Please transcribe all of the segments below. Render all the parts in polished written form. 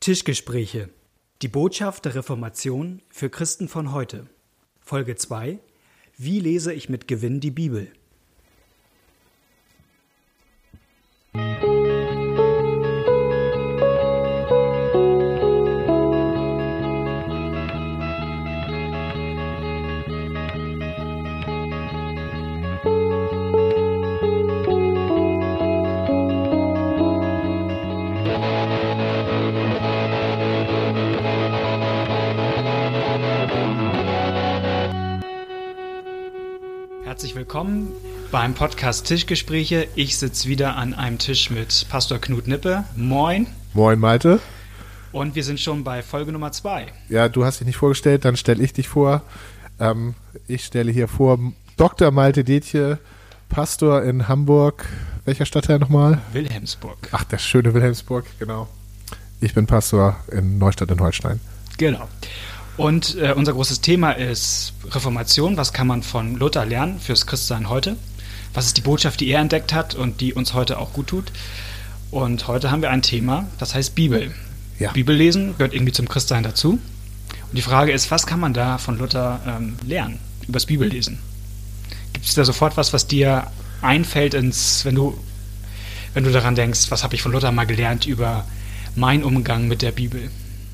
Tischgespräche. Die Botschaft der Reformation für Christen von heute. Folge 2. Wie lese ich mit Gewinn die Bibel? Herzlich willkommen beim Podcast Tischgespräche. Ich sitze wieder an einem Tisch mit Pastor Knut Nippe. Moin. Moin, Malte. Und wir sind schon bei Folge Nummer 2. Ja, du hast dich nicht vorgestellt, dann stelle ich dich vor. Ich stelle hier vor Dr. Malte Detje, Pastor in Hamburg. Welcher Stadtteil nochmal? Wilhelmsburg. Ach, das schöne Wilhelmsburg, genau. Ich bin Pastor in Neustadt in Holstein. Genau. Und unser großes Thema ist Reformation. Was kann man von Luther lernen fürs Christsein heute? Was ist die Botschaft, die er entdeckt hat und die uns heute auch gut tut? Und heute haben wir ein Thema, das heißt Bibel. Ja. Bibellesen gehört irgendwie zum Christsein dazu. Und die Frage ist, was kann man da von Luther lernen, übers Bibellesen? Gibt es da sofort was dir einfällt, wenn du daran denkst, was habe ich von Luther mal gelernt über meinen Umgang mit der Bibel?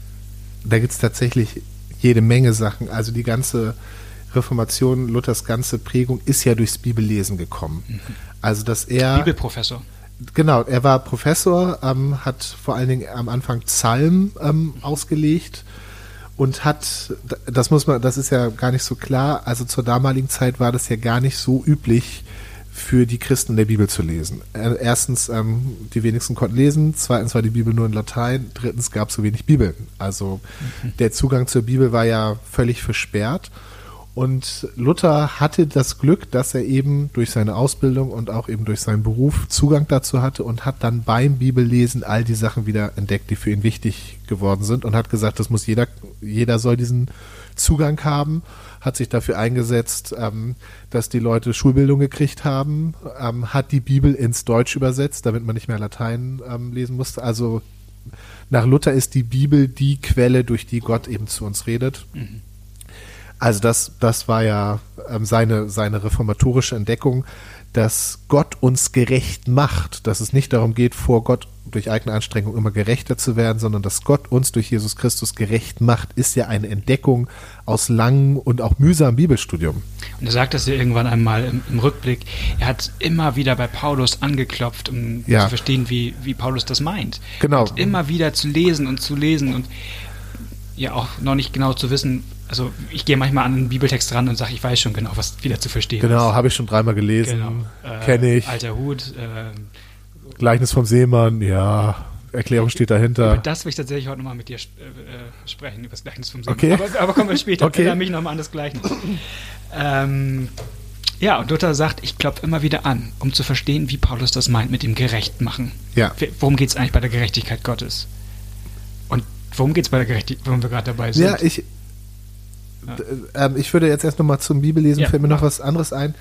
Da gibt es tatsächlich jede Menge Sachen. Also die ganze Reformation, Luthers ganze Prägung ist ja durchs Bibellesen gekommen. Mhm. Also dass er... Bibelprofessor. Genau, er war Professor, hat vor allen Dingen am Anfang Psalmen ausgelegt und hat, das ist ja gar nicht so klar, also zur damaligen Zeit war das ja gar nicht so üblich, für die Christen in der Bibel zu lesen. Erstens, die wenigsten konnten lesen, zweitens war die Bibel nur in Latein, drittens gab es so wenig Bibeln. Also der Zugang zur Bibel war ja völlig versperrt. Und Luther hatte das Glück, dass er eben durch seine Ausbildung und auch eben durch seinen Beruf Zugang dazu hatte und hat dann beim Bibellesen all die Sachen wieder entdeckt, die für ihn wichtig geworden sind und hat gesagt, das muss jeder soll diesen Zugang haben, hat sich dafür eingesetzt, dass die Leute Schulbildung gekriegt haben, hat die Bibel ins Deutsch übersetzt, damit man nicht mehr Latein lesen musste. Also nach Luther ist die Bibel die Quelle, durch die Gott eben zu uns redet. Mhm. Also das war ja seine reformatorische Entdeckung, dass Gott uns gerecht macht, dass es nicht darum geht, vor Gott durch eigene Anstrengung immer gerechter zu werden, sondern dass Gott uns durch Jesus Christus gerecht macht, ist ja eine Entdeckung aus langem und auch mühsamem Bibelstudium. Und er sagt das ja irgendwann einmal im Rückblick, er hat immer wieder bei Paulus angeklopft, um zu verstehen, wie Paulus das meint. Genau. Und immer wieder zu lesen und ja auch noch nicht genau zu wissen. Also ich gehe manchmal an einen Bibeltext ran und sage, ich weiß schon genau, was wieder zu verstehen ist. Genau, habe ich schon dreimal gelesen, genau. Kenne ich. Alter Hut. Gleichnis vom Seemann, ja, Erklärung steht dahinter. Über das will ich tatsächlich heute nochmal mit dir sprechen, über das Gleichnis vom Seemann. Okay. Aber kommen wir später, okay. Erinnere mich nochmal an das Gleichnis. Ja, und Luther sagt, ich klopfe immer wieder an, um zu verstehen, wie Paulus das meint mit dem Gerechtmachen. Ja. Worum geht es eigentlich bei der Gerechtigkeit Gottes? Und worum geht es bei der Gerechtigkeit, wenn wir gerade dabei sind? Ja, ich würde jetzt erst nochmal zum Bibellesen, fällt mir noch was anderes ein,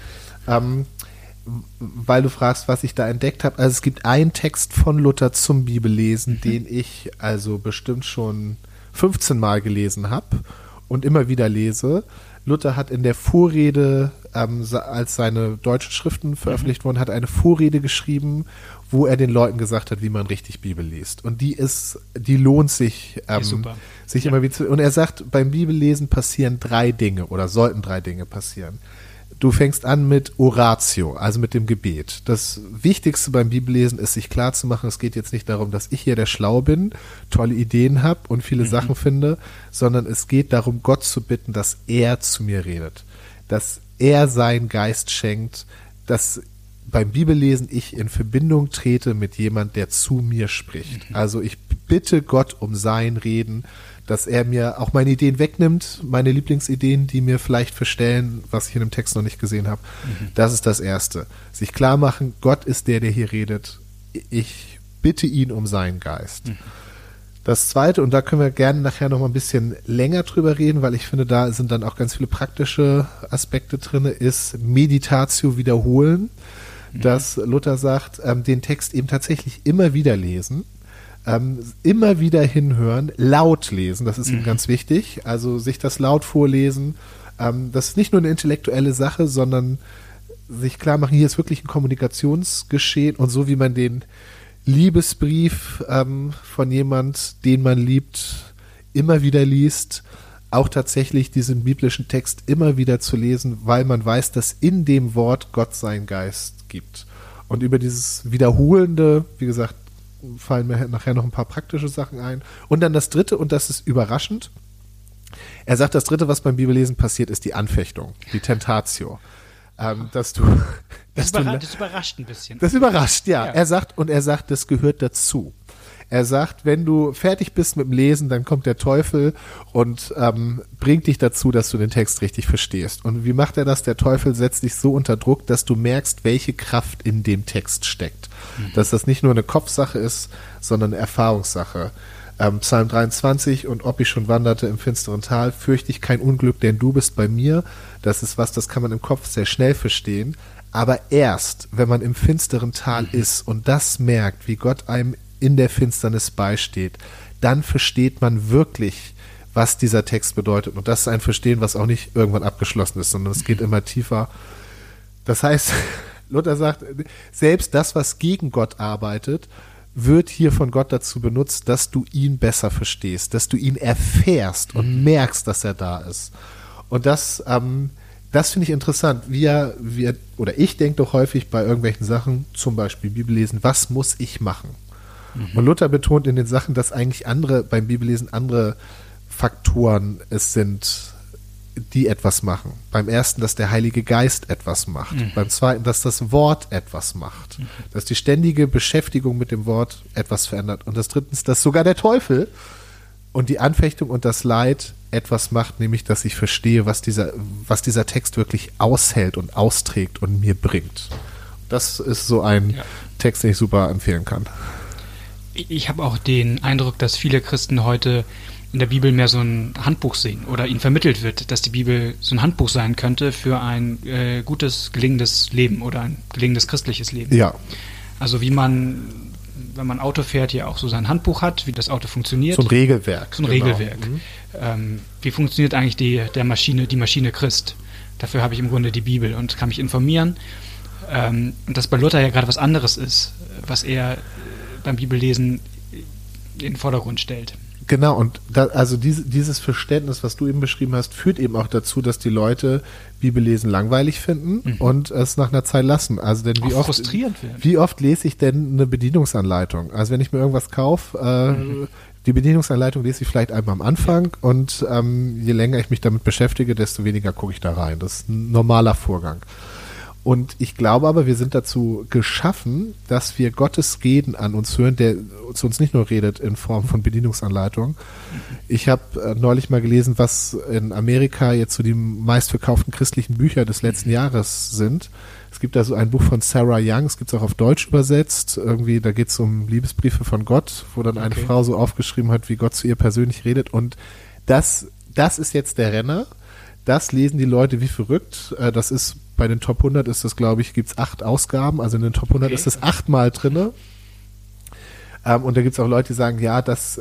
weil du fragst, was ich da entdeckt habe. Also es gibt einen Text von Luther zum Bibellesen, den ich also bestimmt schon 15 Mal gelesen habe und immer wieder lese. Luther hat in der Vorrede, als seine deutschen Schriften veröffentlicht wurden, hat eine Vorrede geschrieben, wo er den Leuten gesagt hat, wie man richtig Bibel liest. Und die lohnt sich, sich immer wieder zu. Und er sagt, beim Bibellesen passieren 3 Dinge oder sollten 3 Dinge passieren. Du fängst an mit Oratio, also mit dem Gebet. Das Wichtigste beim Bibellesen ist, sich klarzumachen, es geht jetzt nicht darum, dass ich hier der Schlau bin, tolle Ideen habe und viele Sachen finde, sondern es geht darum, Gott zu bitten, dass er zu mir redet, dass er seinen Geist schenkt, dass beim Bibellesen ich in Verbindung trete mit jemand, der zu mir spricht. Also ich bitte Gott um sein Reden, dass er mir auch meine Ideen wegnimmt, meine Lieblingsideen, die mir vielleicht verstellen, was ich in dem Text noch nicht gesehen habe. Das ist das Erste. Sich klar machen, Gott ist der hier redet. Ich bitte ihn um seinen Geist. Das Zweite, und da können wir gerne nachher noch mal ein bisschen länger drüber reden, weil ich finde, da sind dann auch ganz viele praktische Aspekte drin, ist Meditatio wiederholen, dass Luther sagt, den Text eben tatsächlich immer wieder lesen, immer wieder hinhören, laut lesen, das ist ihm ganz wichtig, also sich das laut vorlesen, das ist nicht nur eine intellektuelle Sache, sondern sich klar machen, hier ist wirklich ein Kommunikationsgeschehen und so wie man den Liebesbrief von jemand, den man liebt, immer wieder liest, auch tatsächlich diesen biblischen Text immer wieder zu lesen, weil man weiß, dass in dem Wort Gott seinen Geist gibt. Und über dieses Wiederholende, wie gesagt, fallen mir nachher noch ein paar praktische Sachen ein. Und dann das Dritte, und das ist überraschend. Er sagt, das Dritte, was beim Bibellesen passiert, ist die Anfechtung, die Tentatio. Das überrascht ein bisschen. Das überrascht, ja. Er sagt, das gehört dazu. Er sagt, wenn du fertig bist mit dem Lesen, dann kommt der Teufel und bringt dich dazu, dass du den Text richtig verstehst. Und wie macht er das? Der Teufel setzt dich so unter Druck, dass du merkst, welche Kraft in dem Text steckt. Dass das nicht nur eine Kopfsache ist, sondern eine Erfahrungssache. Psalm 23, und ob ich schon wanderte im finsteren Tal, fürchte ich kein Unglück, denn du bist bei mir. Das ist was, das kann man im Kopf sehr schnell verstehen. Aber erst, wenn man im finsteren Tal ist und das merkt, wie Gott einem in der Finsternis beisteht, dann versteht man wirklich, was dieser Text bedeutet. Und das ist ein Verstehen, was auch nicht irgendwann abgeschlossen ist, sondern es geht immer tiefer. Das heißt, Luther sagt, selbst das, was gegen Gott arbeitet, wird hier von Gott dazu benutzt, dass du ihn besser verstehst, dass du ihn erfährst und merkst, dass er da ist. Und das finde ich interessant. Ich denke doch häufig bei irgendwelchen Sachen, zum Beispiel Bibellesen, was muss ich machen? Und Luther betont in den Sachen, dass eigentlich beim Bibellesen andere Faktoren es sind, die etwas machen. Beim ersten, dass der Heilige Geist etwas macht. Beim zweiten, dass das Wort etwas macht. Dass die ständige Beschäftigung mit dem Wort etwas verändert. Und das drittens, dass sogar der Teufel und die Anfechtung und das Leid etwas macht, nämlich, dass ich verstehe, was dieser Text wirklich aushält und austrägt und mir bringt. Das ist so ein Text, den ich super empfehlen kann. Ich habe auch den Eindruck, dass viele Christen heute in der Bibel mehr so ein Handbuch sehen oder ihnen vermittelt wird, dass die Bibel so ein Handbuch sein könnte für ein gutes, gelingendes Leben oder ein gelingendes christliches Leben. Ja. Also wie man, wenn man Auto fährt, ja auch so sein Handbuch hat, wie das Auto funktioniert. So ein Regelwerk. Regelwerk. Wie funktioniert eigentlich die Maschine Christ? Dafür habe ich im Grunde die Bibel und kann mich informieren. Und dass bei Luther ja gerade was anderes ist, was er beim Bibellesen in den Vordergrund stellt. Genau, und dieses Verständnis, was du eben beschrieben hast, führt eben auch dazu, dass die Leute Bibellesen langweilig finden und es nach einer Zeit lassen. Also denn wie oft lese ich denn eine Bedienungsanleitung? Also wenn ich mir irgendwas kaufe, die Bedienungsanleitung lese ich vielleicht einmal am Anfang und je länger ich mich damit beschäftige, desto weniger gucke ich da rein. Das ist ein normaler Vorgang. Und ich glaube aber, wir sind dazu geschaffen, dass wir Gottes Reden an uns hören, der zu uns nicht nur redet in Form von Bedienungsanleitungen. Ich habe neulich mal gelesen, was in Amerika jetzt so die meistverkauften christlichen Bücher des letzten Jahres sind. Es gibt da so ein Buch von Sarah Young, es gibt es auch auf Deutsch übersetzt. Irgendwie, da geht es um Liebesbriefe von Gott, wo dann eine Frau so aufgeschrieben hat, wie Gott zu ihr persönlich redet. Und das ist jetzt der Renner. Das lesen die Leute wie verrückt. Das ist bei den Top 100 ist das, glaube ich, gibt es 8 Ausgaben. Also in den Top 100 ist das 8-mal drinne. Und da gibt es auch Leute, die sagen, ja, das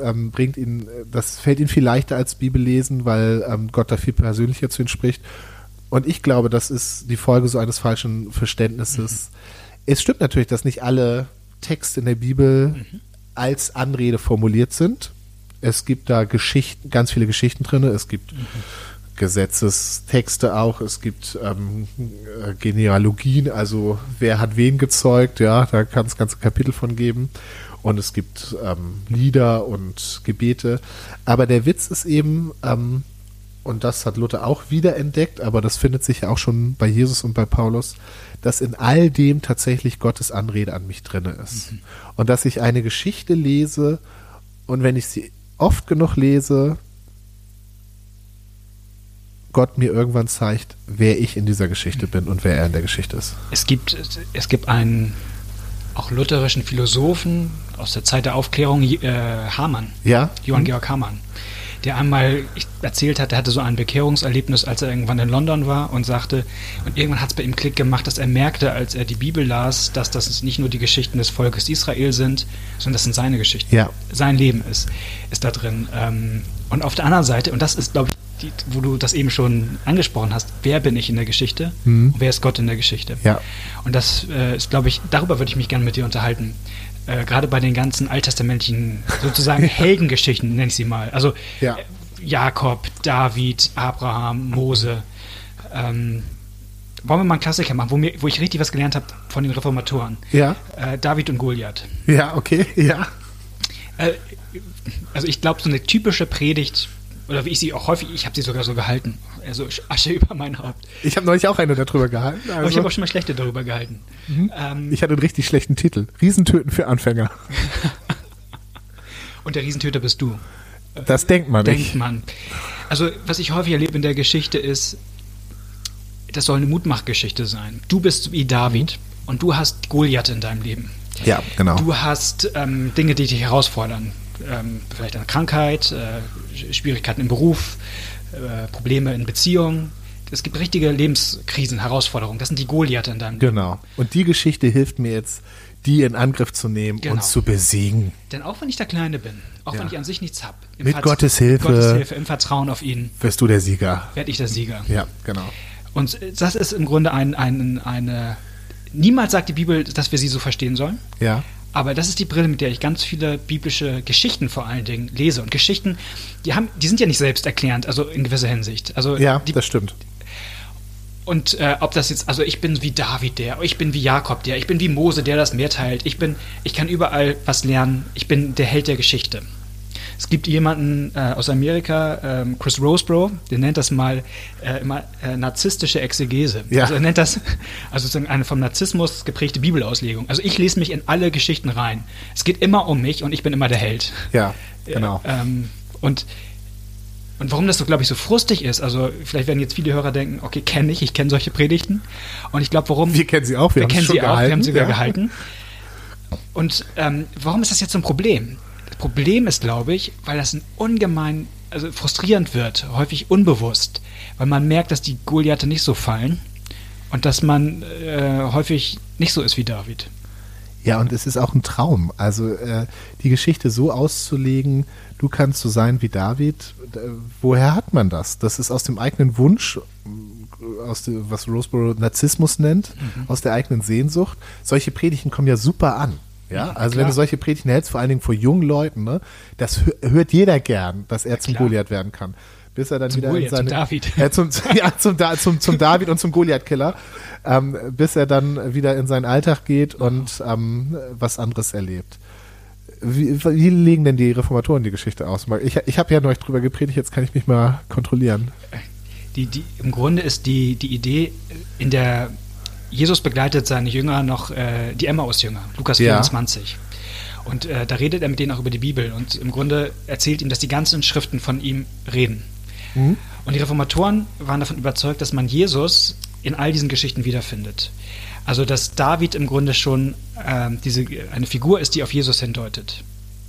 fällt ihnen viel leichter als Bibellesen, weil Gott da viel persönlicher zu ihnen spricht. Und ich glaube, das ist die Folge so eines falschen Verständnisses. Es stimmt natürlich, dass nicht alle Texte in der Bibel als Anrede formuliert sind. Es gibt da Geschichten, ganz viele Geschichten drin. Es gibt Gesetzestexte auch, es gibt Genealogien, also wer hat wen gezeugt, ja, da kann es ganze Kapitel von geben. Und es gibt Lieder und Gebete. Aber der Witz ist eben, und das hat Luther auch wiederentdeckt, aber das findet sich ja auch schon bei Jesus und bei Paulus, dass in all dem tatsächlich Gottes Anrede an mich drin ist. Und dass ich eine Geschichte lese und wenn ich sie oft genug lese, Gott mir irgendwann zeigt, wer ich in dieser Geschichte bin und wer er in der Geschichte ist. Es gibt einen auch lutherischen Philosophen aus der Zeit der Aufklärung, Hamann, ja? Johann Georg Hamann, der einmal erzählt hat, er hatte so ein Bekehrungserlebnis, als er irgendwann in London war und sagte, und irgendwann hat es bei ihm Klick gemacht, dass er merkte, als er die Bibel las, dass das nicht nur die Geschichten des Volkes Israel sind, sondern das sind seine Geschichten. Ja. Sein Leben ist da drin. Und auf der anderen Seite, und das ist, glaube ich, wo du das eben schon angesprochen hast, wer bin ich in der Geschichte und wer ist Gott in der Geschichte? Ja. Und das ist, glaube ich, darüber würde ich mich gerne mit dir unterhalten. Gerade bei den ganzen alttestamentlichen, sozusagen Heldengeschichten, nenne ich sie mal. Also Jakob, David, Abraham, Mose. Wollen wir mal einen Klassiker machen, wo ich richtig was gelernt habe von den Reformatoren. Ja. David und Goliath. Ja, okay, ja. Also ich glaube, so eine typische Predigt, oder wie ich sie auch häufig, ich habe sie sogar so gehalten, also Asche über mein Haupt. Ich habe neulich auch eine darüber gehalten. Also. Aber ich habe auch schon mal schlechte darüber gehalten. Ich hatte einen richtig schlechten Titel. Riesentöten für Anfänger. Und der Riesentöter bist du. Das denkt man nicht. Denkt man. Also was ich häufig erlebe in der Geschichte ist, das soll eine Mutmachgeschichte sein. Du bist wie David und du hast Goliath in deinem Leben. Ja, genau. Du hast Dinge, die dich herausfordern. Vielleicht eine Krankheit, Schwierigkeiten im Beruf, Probleme in Beziehungen. Es gibt richtige Lebenskrisen, Herausforderungen. Das sind die Goliath in deinem Leben. Genau. Und die Geschichte hilft mir jetzt, die in Angriff zu nehmen und zu besiegen. Denn auch wenn ich der Kleine bin, auch wenn ich an sich nichts habe, mit Gottes Hilfe, im Vertrauen auf ihn, wirst du der Sieger. Werde ich der Sieger. Ja, genau. Und das ist im Grunde eine. Niemals sagt die Bibel, dass wir sie so verstehen sollen. Ja. Aber das ist die Brille, mit der ich ganz viele biblische Geschichten vor allen Dingen lese. Und Geschichten, die sind ja nicht selbsterklärend, also in gewisser Hinsicht. Also das stimmt. Und ob das jetzt, also ich bin wie David ich bin wie Jakob ich bin wie Mose, der das Meer teilt. Ich kann überall was lernen. Ich bin der Held der Geschichte. Es gibt jemanden aus Amerika, Chris Rosebrough, der nennt das mal immer narzisstische Exegese. Ja. Also er nennt das sozusagen eine vom Narzissmus geprägte Bibelauslegung. Also ich lese mich in alle Geschichten rein. Es geht immer um mich und ich bin immer der Held. Ja, genau. Und warum das so, glaube ich, so frustig ist, also vielleicht werden jetzt viele Hörer denken, okay, ich kenne solche Predigten. Und ich glaube, warum... Wir kennen sie auch, wir haben sie sogar gehalten. Und warum ist das jetzt so ein Problem? Das Problem ist, glaube ich, weil das ungemein frustrierend wird, häufig unbewusst, weil man merkt, dass die Goliathe nicht so fallen und dass man häufig nicht so ist wie David. Ja, und es ist auch ein Traum, also die Geschichte so auszulegen, du kannst so sein wie David, woher hat man das? Das ist aus dem eigenen Wunsch, was Rosebrough Narzissmus nennt, aus der eigenen Sehnsucht. Solche Predigten kommen ja super an. Ja, also wenn du solche Predigten hältst, vor allen Dingen vor jungen Leuten, ne, das hört jeder gern, dass er zum Goliath werden kann. Bis er dann zum wieder Goliath, in seine, zum David. zum David und zum Goliath-Killer, bis er dann wieder in seinen Alltag geht und was anderes erlebt. Wie legen denn die Reformatoren die Geschichte aus? Ich habe ja neulich drüber gepredigt, jetzt kann ich mich mal kontrollieren. Im Grunde ist die Idee, in der Jesus begleitet seine Jünger noch, die Emmaus-Jünger, Lukas 24. Und da redet er mit denen auch über die Bibel und im Grunde erzählt ihm, dass die ganzen Schriften von ihm reden. Und die Reformatoren waren davon überzeugt, dass man Jesus in all diesen Geschichten wiederfindet. Also dass David im Grunde schon eine Figur ist, die auf Jesus hindeutet.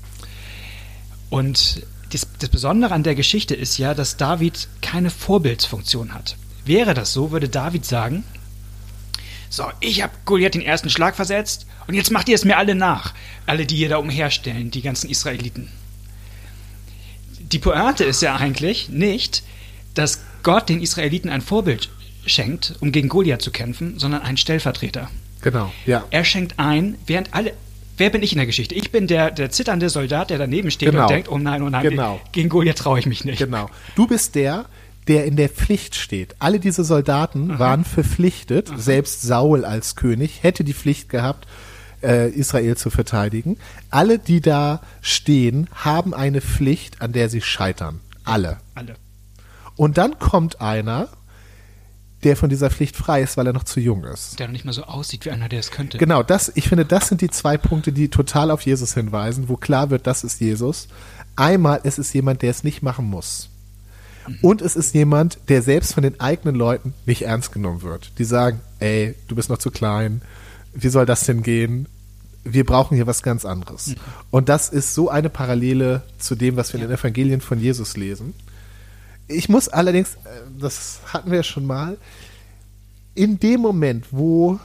Und das Besondere an der Geschichte ist ja, dass David keine Vorbildsfunktion hat. Wäre das so, würde David sagen, so, ich habe Goliath den ersten Schlag versetzt und jetzt macht ihr es mir alle nach. Alle, die hier da umherstellen, die ganzen Israeliten. Die Pointe ist ja eigentlich nicht, dass Gott den Israeliten ein Vorbild schenkt, um gegen Goliath zu kämpfen, sondern einen Stellvertreter. Genau, ja. Er schenkt ein, während wer bin ich in der Geschichte? Ich bin der zitternde Soldat, der daneben steht und denkt, oh nein, gegen Goliath traue ich mich nicht. Genau. Du bist der in der Pflicht steht. Alle diese Soldaten waren verpflichtet, selbst Saul als König hätte die Pflicht gehabt, Israel zu verteidigen. Alle, die da stehen, haben eine Pflicht, an der sie scheitern. Alle. Und dann kommt einer, der von dieser Pflicht frei ist, weil er noch zu jung ist. Der noch nicht mal so aussieht wie einer, der es könnte. Genau, ich finde, das sind die zwei Punkte, die total auf Jesus hinweisen, wo klar wird, das ist Jesus. Einmal, es ist jemand, der es nicht machen muss. Und es ist jemand, der selbst von den eigenen Leuten nicht ernst genommen wird. Die sagen, ey, du bist noch zu klein, wie soll das denn gehen? wir brauchen hier was ganz anderes. Und das ist so eine Parallele zu dem, was wir in den Evangelien von Jesus lesen. Ich muss allerdings, das hatten wir ja schon mal, in dem Moment, wo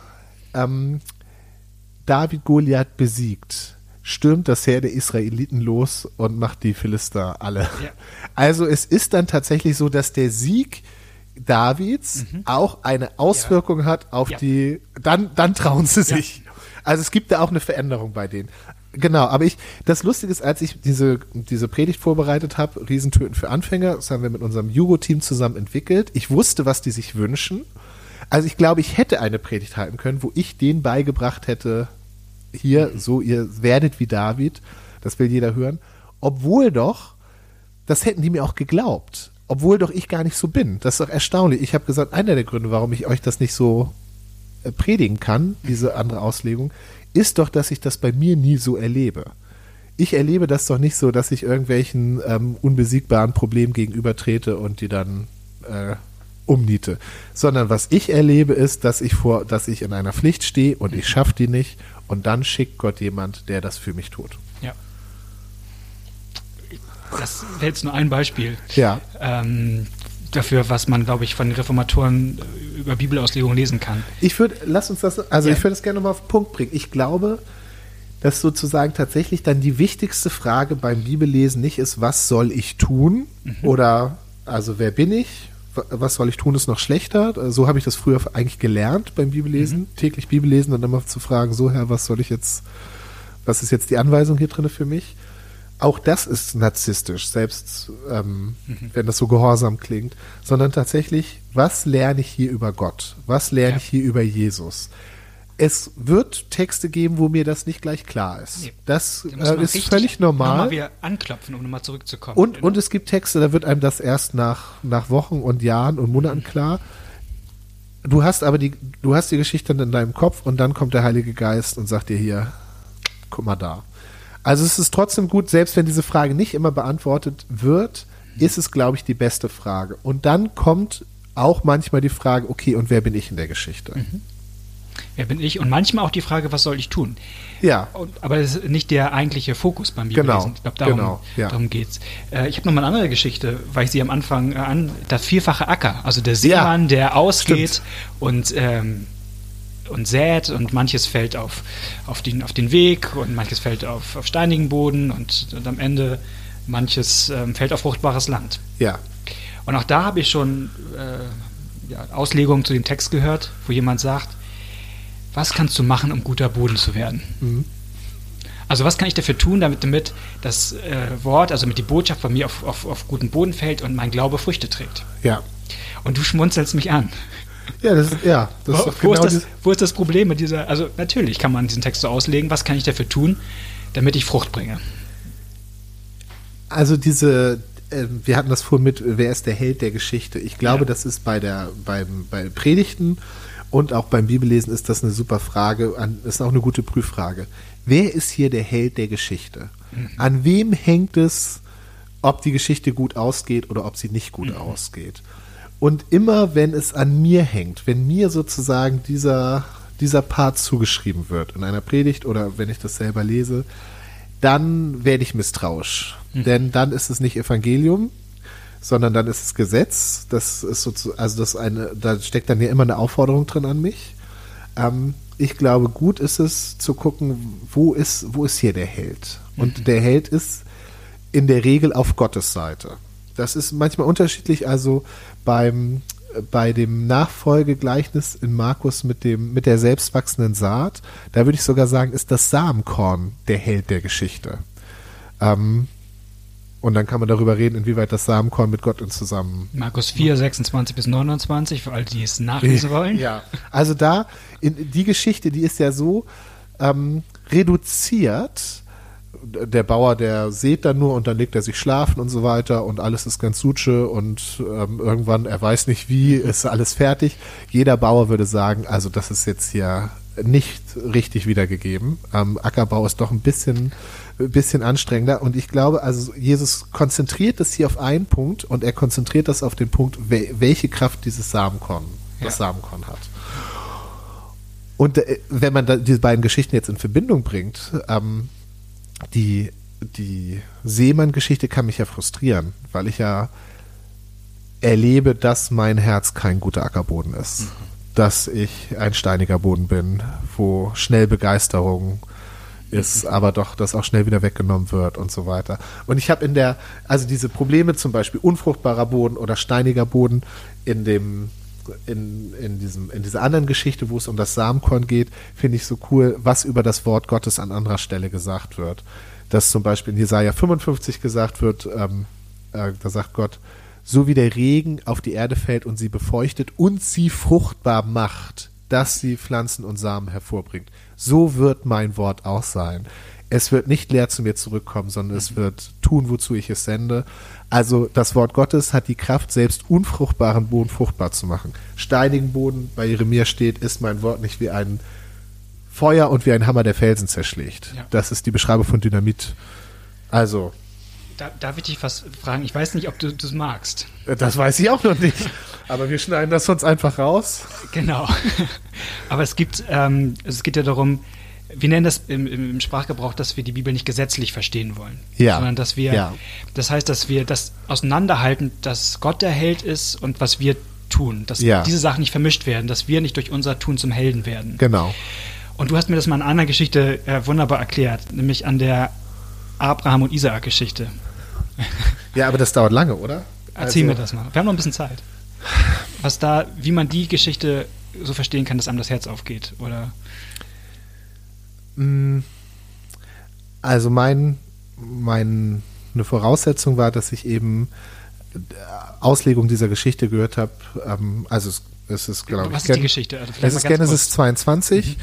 David Goliath besiegt, stürmt das Heer der Israeliten los und macht die Philister alle. Ja. Also es ist dann tatsächlich so, dass der Sieg Davids auch eine Auswirkung hat auf die, dann trauen sie sich. Also es gibt da auch eine Veränderung bei denen. Genau, aber das Lustige ist, als ich diese Predigt vorbereitet habe, Riesentöten für Anfänger, das haben wir mit unserem Jugo-Team zusammen entwickelt. Ich wusste, was die sich wünschen. Also ich glaube, ich hätte eine Predigt halten können, wo ich denen beigebracht hätte, hier, so, ihr werdet wie David, das will jeder hören, obwohl doch, das hätten die mir auch geglaubt, obwohl doch ich gar nicht so bin. Das ist doch erstaunlich. Ich habe gesagt, einer der Gründe, warum ich euch das nicht so predigen kann, diese andere Auslegung, ist doch, dass ich das bei mir nie so erlebe. Ich erlebe das doch nicht so, dass ich irgendwelchen unbesiegbaren Problemen gegenübertrete und die dann umniete. Sondern was ich erlebe ist, dass ich in einer Pflicht stehe und ich schaffe die nicht und dann schickt Gott jemand, der das für mich tut. Ja. Das wäre jetzt nur ein Beispiel. Ja. Dafür, was man, glaube ich, von den Reformatoren über Bibelauslegung lesen kann. Ich würde das gerne nochmal auf den Punkt bringen. Ich glaube, dass sozusagen tatsächlich dann die wichtigste Frage beim Bibellesen nicht ist, was soll ich tun? Oder, also wer bin ich? Was soll ich tun, ist noch schlechter. So habe ich das früher eigentlich gelernt beim Bibellesen, täglich Bibellesen, dann immer zu fragen, so Herr, was ist jetzt die Anweisung hier drin für mich? Auch das ist narzisstisch, selbst wenn das so gehorsam klingt, sondern tatsächlich, was lerne ich hier über Gott? Was lerne ich hier über Jesus? Es wird Texte geben, wo mir das nicht gleich klar ist. Nee, das ist völlig normal. Nochmal wieder anklopfen, um nochmal zurückzukommen. Und es gibt Texte, da wird einem das erst nach Wochen und Jahren und Monaten klar. Du hast die Geschichte dann in deinem Kopf und dann kommt der Heilige Geist und sagt dir hier, guck mal da. Also es ist trotzdem gut, selbst wenn diese Frage nicht immer beantwortet wird, ist es, glaube ich, die beste Frage. Und dann kommt auch manchmal die Frage, okay, und wer bin ich in der Geschichte? Wer bin ich? Und manchmal auch die Frage, was soll ich tun? Ja. Aber das ist nicht der eigentliche Fokus beim Bibellesen. Ich glaube, darum geht es. Ich habe noch mal eine andere Geschichte, weil ich sie am Anfang das vierfache Acker, also der Seemann, der ausgeht und sät und manches fällt auf den Weg und manches fällt auf steinigen Boden und am Ende manches fällt auf fruchtbares Land. Ja. Und auch da habe ich schon Auslegungen zu dem Text gehört, wo jemand sagt, was kannst du machen, um guter Boden zu werden? Also was kann ich dafür tun, damit das Wort, also mit die Botschaft bei mir auf guten Boden fällt und mein Glaube Früchte trägt? Ja. Und du schmunzelst mich an. Ja, das ist doch genau wo ist das Problem mit dieser, also natürlich kann man diesen Text so auslegen, was kann ich dafür tun, damit ich Frucht bringe? Also wir hatten das vorhin mit, wer ist der Held der Geschichte? Ich glaube, das ist bei Predigten und auch beim Bibellesen ist das eine super Frage, das ist auch eine gute Prüffrage. Wer ist hier der Held der Geschichte? An wem hängt es, ob die Geschichte gut ausgeht oder ob sie nicht gut ausgeht? Und immer, wenn es an mir hängt, wenn mir sozusagen dieser Part zugeschrieben wird in einer Predigt oder wenn ich das selber lese, dann werde ich misstrauisch. Denn dann ist es nicht Evangelium, sondern dann ist es Gesetz. Das ist da steckt dann ja immer eine Aufforderung drin an mich. Ich glaube, gut ist es zu gucken, wo ist hier der Held? Und der Held ist in der Regel auf Gottes Seite. Das ist manchmal unterschiedlich, also bei dem Nachfolgegleichnis in Markus mit der selbstwachsenden Saat, da würde ich sogar sagen, ist das Samenkorn der Held der Geschichte. Und dann kann man darüber reden, inwieweit das Samenkorn mit Gott zusammen... Markus 4, 26 bis 29, für alle, die es nachlesen wollen. Ja, also die Geschichte, die ist ja so reduziert. Der Bauer, der sät dann nur und dann legt er sich schlafen und so weiter und alles ist ganz sutsche und irgendwann, er weiß nicht wie, ist alles fertig. Jeder Bauer würde sagen, also das ist jetzt hier nicht richtig wiedergegeben. Ackerbau ist doch ein bisschen anstrengender und ich glaube, also Jesus konzentriert das hier auf einen Punkt und er konzentriert das auf den Punkt, welche Kraft dieses Samenkorn, das Samenkorn hat. Und wenn man diese beiden Geschichten jetzt in Verbindung bringt, die Seemann-Geschichte kann mich ja frustrieren, weil ich ja erlebe, dass mein Herz kein guter Ackerboden ist. Dass ich ein steiniger Boden bin, wo schnell Begeisterung ist, aber doch das auch schnell wieder weggenommen wird und so weiter. Und ich habe also diese Probleme, zum Beispiel unfruchtbarer Boden oder steiniger Boden in dieser anderen Geschichte, wo es um das Samenkorn geht, finde ich so cool, was über das Wort Gottes an anderer Stelle gesagt wird. Dass zum Beispiel in Jesaja 55 gesagt wird, da sagt Gott, so wie der Regen auf die Erde fällt und sie befeuchtet und sie fruchtbar macht, dass sie Pflanzen und Samen hervorbringt. So wird mein Wort auch sein. Es wird nicht leer zu mir zurückkommen, sondern es wird tun, wozu ich es sende. Also das Wort Gottes hat die Kraft, selbst unfruchtbaren Boden fruchtbar zu machen. Steinigen Boden, bei Jeremia steht, ist mein Wort nicht wie ein Feuer und wie ein Hammer, der Felsen zerschlägt. Ja. Das ist die Beschreibung von Dynamit. Also darf ich dich was fragen? Ich weiß nicht, ob du das magst. Das weiß ich auch noch nicht. Aber wir schneiden das sonst einfach raus. Genau. Aber es geht ja darum, wir nennen das im Sprachgebrauch, dass wir die Bibel nicht gesetzlich verstehen wollen. Ja. Sondern dass wir, das heißt, dass wir das auseinanderhalten, dass Gott der Held ist und was wir tun. Dass diese Sachen nicht vermischt werden, dass wir nicht durch unser Tun zum Helden werden. Genau. Und du hast mir das mal in einer Geschichte wunderbar erklärt, nämlich an der Abraham- und Isaak-Geschichte. Ja, aber das dauert lange, oder? Erzähl mir das mal. Wir haben noch ein bisschen Zeit. Wie man die Geschichte so verstehen kann, dass einem das Herz aufgeht, oder? Also eine Voraussetzung war, dass ich eben Auslegung dieser Geschichte gehört habe. Also es ist, glaube ich, was ist die Geschichte? Also es ist Genesis 22.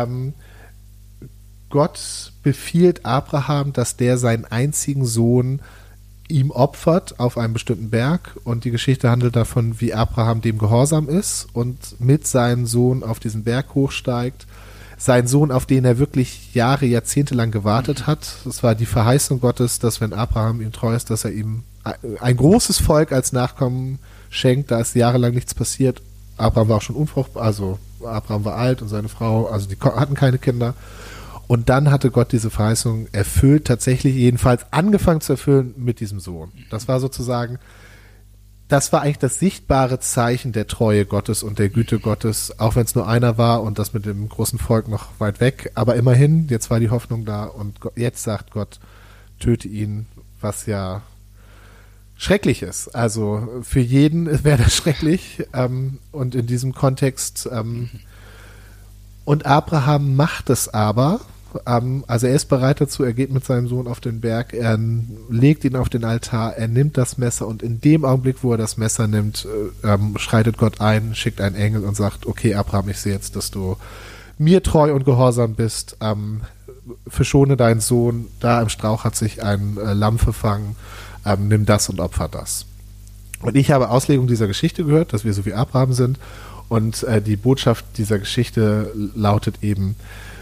Gott befiehlt Abraham, dass der seinen einzigen Sohn ihm opfert auf einem bestimmten Berg, und die Geschichte handelt davon, wie Abraham dem gehorsam ist und mit seinem Sohn auf diesen Berg hochsteigt. Sein Sohn, auf den er wirklich Jahrzehnte lang gewartet hat. Das war die Verheißung Gottes, dass wenn Abraham ihm treu ist, dass er ihm ein großes Volk als Nachkommen schenkt. Da ist jahrelang nichts passiert. Abraham war auch schon unfruchtbar, also Abraham war alt und seine Frau, also die hatten keine Kinder. Und dann hatte Gott diese Verheißung erfüllt, tatsächlich jedenfalls angefangen zu erfüllen mit diesem Sohn. Das war sozusagen, das war eigentlich das sichtbare Zeichen der Treue Gottes und der Güte Gottes, auch wenn es nur einer war und das mit dem großen Volk noch weit weg. Aber immerhin, jetzt war die Hoffnung da und jetzt sagt Gott, töte ihn, was ja schrecklich ist. Also für jeden wäre das schrecklich. Und in diesem Kontext, und Abraham macht es aber. Also er ist bereit dazu, er geht mit seinem Sohn auf den Berg, er legt ihn auf den Altar, er nimmt das Messer, und in dem Augenblick, wo er das Messer nimmt, schreitet Gott ein, schickt einen Engel und sagt, okay Abraham, ich sehe jetzt, dass du mir treu und gehorsam bist, verschone deinen Sohn, da im Strauch hat sich ein Lamm verfangen, nimm das und opfer das. Und ich habe Auslegung dieser Geschichte gehört, dass wir so wie Abraham sind, und die Botschaft dieser Geschichte lautet eben,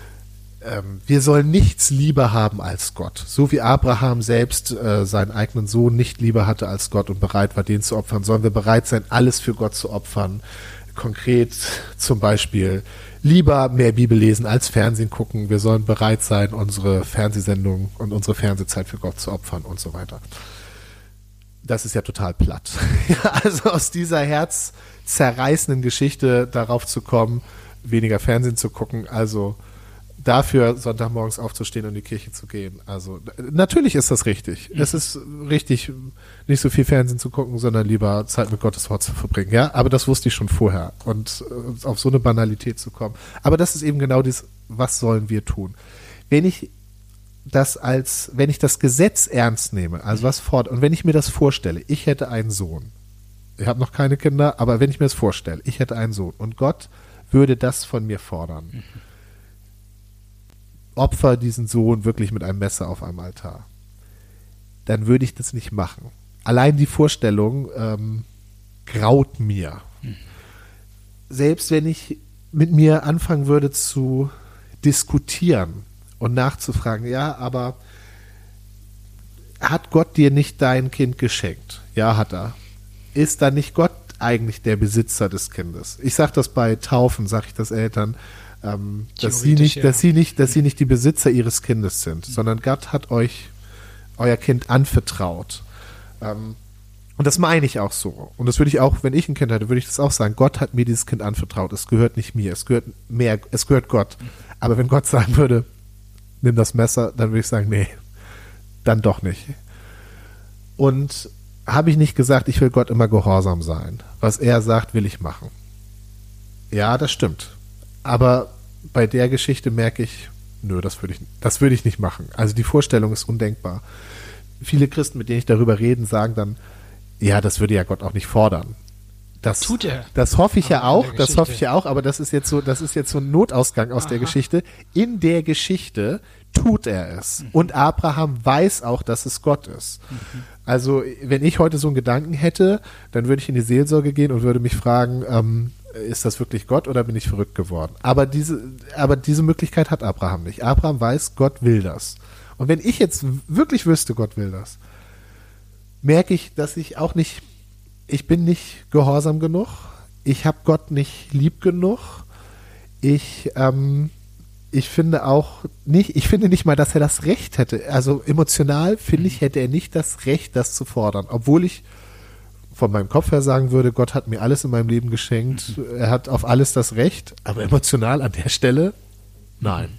wir sollen nichts lieber haben als Gott. So wie Abraham selbst seinen eigenen Sohn nicht lieber hatte als Gott und bereit war, den zu opfern, sollen wir bereit sein, alles für Gott zu opfern. Konkret zum Beispiel lieber mehr Bibel lesen als Fernsehen gucken. Wir sollen bereit sein, unsere Fernsehsendung und unsere Fernsehzeit für Gott zu opfern und so weiter. Das ist ja total platt. Also aus dieser herzzerreißenden Geschichte darauf zu kommen, weniger Fernsehen zu gucken, also dafür Sonntagmorgens aufzustehen und in die Kirche zu gehen. Also natürlich ist das richtig. Es ist richtig, nicht so viel Fernsehen zu gucken, sondern lieber Zeit mit Gottes Wort zu verbringen. Ja, aber das wusste ich schon vorher. Und auf so eine Banalität zu kommen. Aber das ist eben genau das, was sollen wir tun? Wenn ich das Gesetz ernst nehme, also was fordert, und wenn ich mir das vorstelle, ich hätte einen Sohn. Ich habe noch keine Kinder, aber wenn ich mir das vorstelle, ich hätte einen Sohn und Gott würde das von mir fordern. Opfer diesen Sohn wirklich mit einem Messer auf einem Altar, dann würde ich das nicht machen. Allein die Vorstellung graut mir. Selbst wenn ich mit mir anfangen würde zu diskutieren und nachzufragen, ja, aber hat Gott dir nicht dein Kind geschenkt? Ja, hat er. Ist dann nicht Gott eigentlich der Besitzer des Kindes? Ich sage das bei Taufen, sage ich das Eltern, dass sie nicht die Besitzer ihres Kindes sind, sondern Gott hat euch euer Kind anvertraut. Und das meine ich auch so. Und das würde ich auch, wenn ich ein Kind hätte, würde ich das auch sagen. Gott hat mir dieses Kind anvertraut. Es gehört nicht mir. Es gehört Gott. Aber wenn Gott sagen würde, nimm das Messer, dann würde ich sagen, nee, dann doch nicht. Und habe ich nicht gesagt, ich will Gott immer gehorsam sein. Was er sagt, will ich machen. Ja, das stimmt. Aber bei der Geschichte merke ich, nö, das würde ich nicht machen. Also die Vorstellung ist undenkbar. Viele Christen, mit denen ich darüber rede, sagen dann, ja, das würde ja Gott auch nicht fordern. Das tut er. Das hoffe ich ja auch, aber das ist jetzt so ein Notausgang aus der Geschichte. In der Geschichte tut er es. Und Abraham weiß auch, dass es Gott ist. Also, wenn ich heute so einen Gedanken hätte, dann würde ich in die Seelsorge gehen und würde mich fragen, ist das wirklich Gott oder bin ich verrückt geworden? Aber diese Möglichkeit hat Abraham nicht. Abraham weiß, Gott will das. Und wenn ich jetzt wirklich wüsste, Gott will das, merke ich, dass ich bin nicht gehorsam genug, ich habe Gott nicht lieb genug, ich finde nicht mal, dass er das Recht hätte. Also emotional finde ich, hätte er nicht das Recht, das zu fordern, obwohl ich von meinem Kopf her sagen würde, Gott hat mir alles in meinem Leben geschenkt, er hat auf alles das Recht, aber emotional an der Stelle, nein.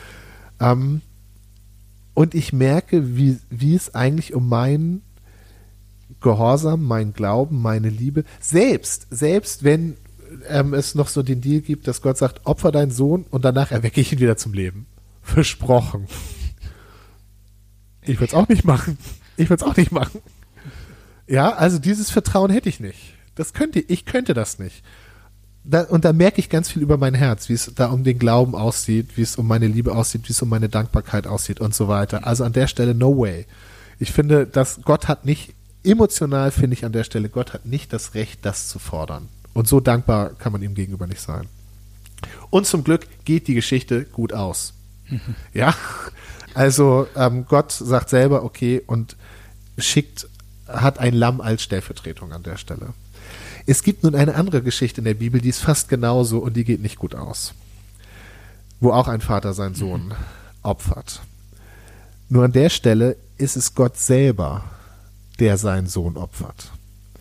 Und ich merke, wie es eigentlich um meinen Gehorsam, mein Glauben, meine Liebe, selbst wenn es noch so den Deal gibt, dass Gott sagt, opfer deinen Sohn und danach erwecke ich ihn wieder zum Leben. Versprochen. Ich würde es auch nicht machen. Ja, also dieses Vertrauen hätte ich nicht. Ich könnte das nicht. Und da merke ich ganz viel über mein Herz, wie es da um den Glauben aussieht, wie es um meine Liebe aussieht, wie es um meine Dankbarkeit aussieht und so weiter. Also an der Stelle no way. Ich finde, dass Gott hat nicht, emotional finde ich an der Stelle, Gott hat nicht das Recht, das zu fordern. Und so dankbar kann man ihm gegenüber nicht sein. Und zum Glück geht die Geschichte gut aus. Ja, also Gott sagt selber, okay, und hat ein Lamm als Stellvertretung an der Stelle. Es gibt nun eine andere Geschichte in der Bibel, die ist fast genauso und die geht nicht gut aus. Wo auch ein Vater seinen Sohn opfert. Nur an der Stelle ist es Gott selber, der seinen Sohn opfert.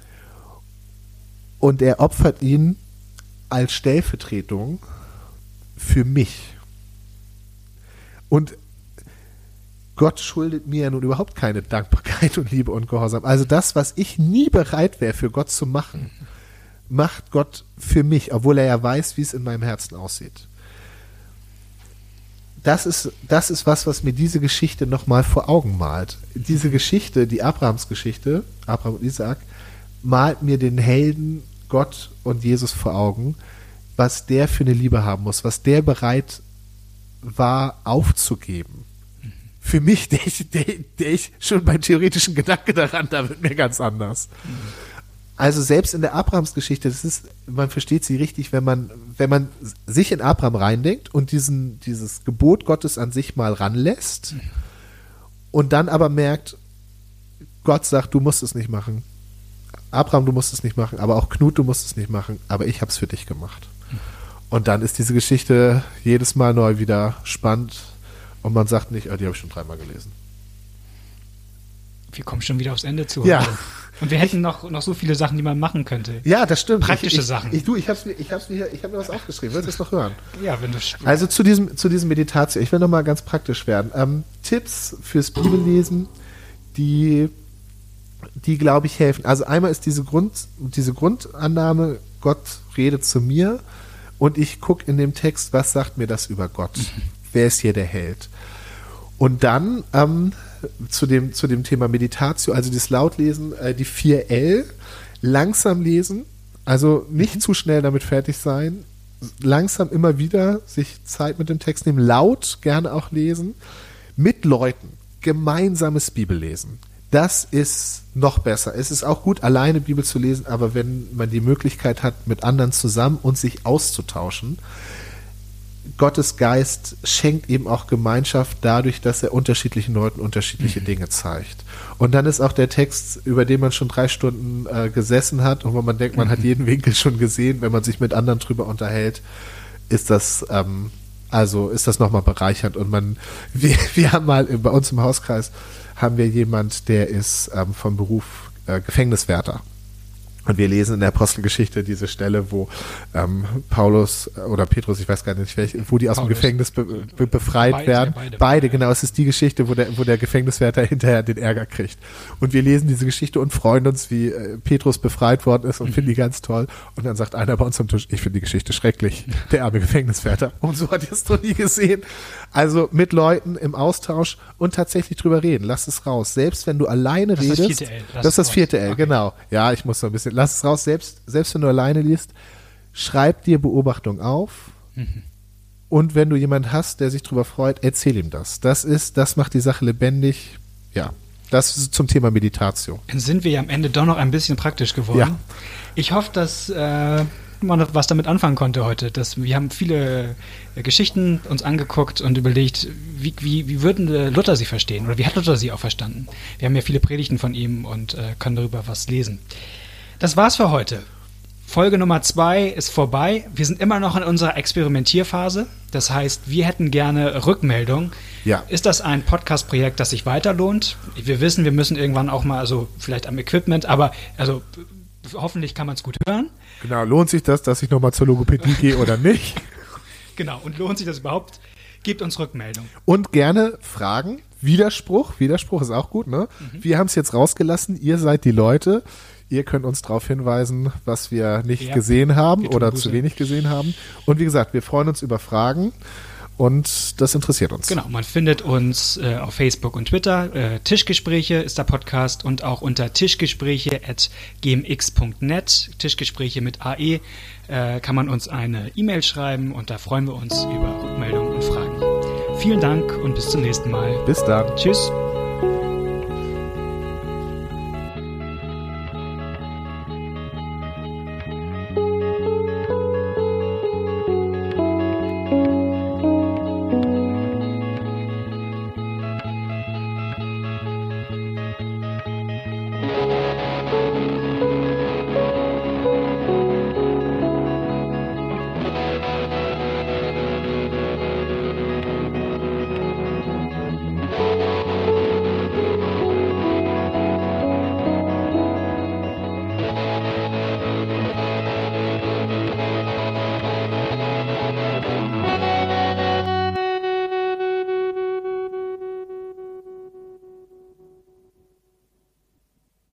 Und er opfert ihn als Stellvertretung für mich. Und Gott schuldet mir ja nun überhaupt keine Dankbarkeit und Liebe und Gehorsam. Also das, was ich nie bereit wäre, für Gott zu machen, macht Gott für mich, obwohl er ja weiß, wie es in meinem Herzen aussieht. Das ist was mir diese Geschichte nochmal vor Augen malt. Diese Geschichte, die Abrahams-Geschichte, Abraham und Isaak, malt mir den Helden Gott und Jesus vor Augen, was der für eine Liebe haben muss, was der bereit war aufzugeben. Für mich, der ich schon beim theoretischen Gedanke daran, da wird mir ganz anders. Also selbst in der Abrahams-Geschichte, man versteht sie richtig, wenn man sich in Abraham reindenkt und dieses Gebot Gottes an sich mal ranlässt und dann aber merkt, Gott sagt, du musst es nicht machen. Abraham, du musst es nicht machen, aber auch Knut, du musst es nicht machen, aber ich habe es für dich gemacht. Und dann ist diese Geschichte jedes Mal neu wieder spannend und man sagt nicht, die habe ich schon 3-mal gelesen. Wir kommen schon wieder aufs Ende zu. Ja. Und wir hätten noch so viele Sachen, die man machen könnte. Ja, das stimmt. Praktische Sachen. Ich habe mir was aufgeschrieben. Willst du das noch hören? Ja, wenn du. Also zu diesem Meditation. Ich will nochmal ganz praktisch werden. Tipps fürs Bibellesen, die glaube ich helfen. Also einmal ist diese Grundannahme, Gott redet zu mir und ich gucke in dem Text, was sagt mir das über Gott? Wer ist hier der Held? Und dann zu dem Thema Meditatio, also das Lautlesen, die 4L, langsam lesen, also nicht zu schnell damit fertig sein, langsam immer wieder sich Zeit mit dem Text nehmen, laut gerne auch lesen, mit Leuten, gemeinsames Bibellesen. Das ist noch besser. Es ist auch gut, alleine Bibel zu lesen, aber wenn man die Möglichkeit hat, mit anderen zusammen und sich auszutauschen, Gottes Geist schenkt eben auch Gemeinschaft dadurch, dass er unterschiedlichen Leuten unterschiedliche Dinge zeigt. Und dann ist auch der Text, über den man schon 3 Stunden gesessen hat und wo man denkt, man hat jeden Winkel schon gesehen, wenn man sich mit anderen drüber unterhält, ist das nochmal bereichernd. Und wir haben mal bei uns im Hauskreis haben wir jemand, der ist vom Beruf Gefängniswärter. Und wir lesen in der Apostelgeschichte diese Stelle, wo Paulus oder Petrus, ich weiß gar nicht wo die aus dem Gefängnis befreit werden. Beide, genau. Es ist die Geschichte, wo der Gefängniswärter hinterher den Ärger kriegt. Und wir lesen diese Geschichte und freuen uns, wie Petrus befreit worden ist und finden die ganz toll. Und dann sagt einer bei uns am Tisch, ich finde die Geschichte schrecklich. Der arme Gefängniswärter. Und so hat ihr es noch nie gesehen. Also mit Leuten im Austausch und tatsächlich drüber reden. Lass es raus. Selbst wenn du alleine redest. Das ist das vierte L, genau. Ja, ich muss noch ein bisschen. Lass es raus. Selbst wenn du alleine liest, schreib dir Beobachtung auf. Und wenn du jemanden hast, der sich drüber freut, erzähl ihm das. Das macht die Sache lebendig. Ja. Das ist zum Thema Meditation. Dann sind wir ja am Ende doch noch ein bisschen praktisch geworden. Ja. Ich hoffe, dass man was damit anfangen konnte heute. Wir haben viele Geschichten uns angeguckt und überlegt, wie würden Luther sie verstehen oder wie hat Luther sie auch verstanden. Wir haben ja viele Predigten von ihm und können darüber was lesen. Das war's für heute. Folge Nummer 2 ist vorbei. Wir sind immer noch in unserer Experimentierphase. Das heißt, wir hätten gerne Rückmeldung. Ja. Ist das ein Podcast-Projekt, das sich weiter lohnt? Wir wissen, wir müssen irgendwann auch mal, also vielleicht am Equipment, aber also hoffentlich kann man es gut hören. Genau, lohnt sich das, dass ich nochmal zur Logopädie gehe oder nicht? Genau, und lohnt sich das überhaupt? Gebt uns Rückmeldung. Und gerne Fragen, Widerspruch ist auch gut, ne? Wir haben es jetzt rausgelassen, ihr seid die Leute, ihr könnt uns darauf hinweisen, was wir nicht gesehen haben oder zu wenig gesehen haben. Und wie gesagt, wir freuen uns über Fragen. Und das interessiert uns. Genau, man findet uns auf Facebook und Twitter. Tischgespräche ist der Podcast und auch unter tischgespräche@gmx.net. Tischgespräche mit AE kann man uns eine E-Mail schreiben und da freuen wir uns über Rückmeldungen und Fragen. Vielen Dank und bis zum nächsten Mal. Bis dann. Tschüss.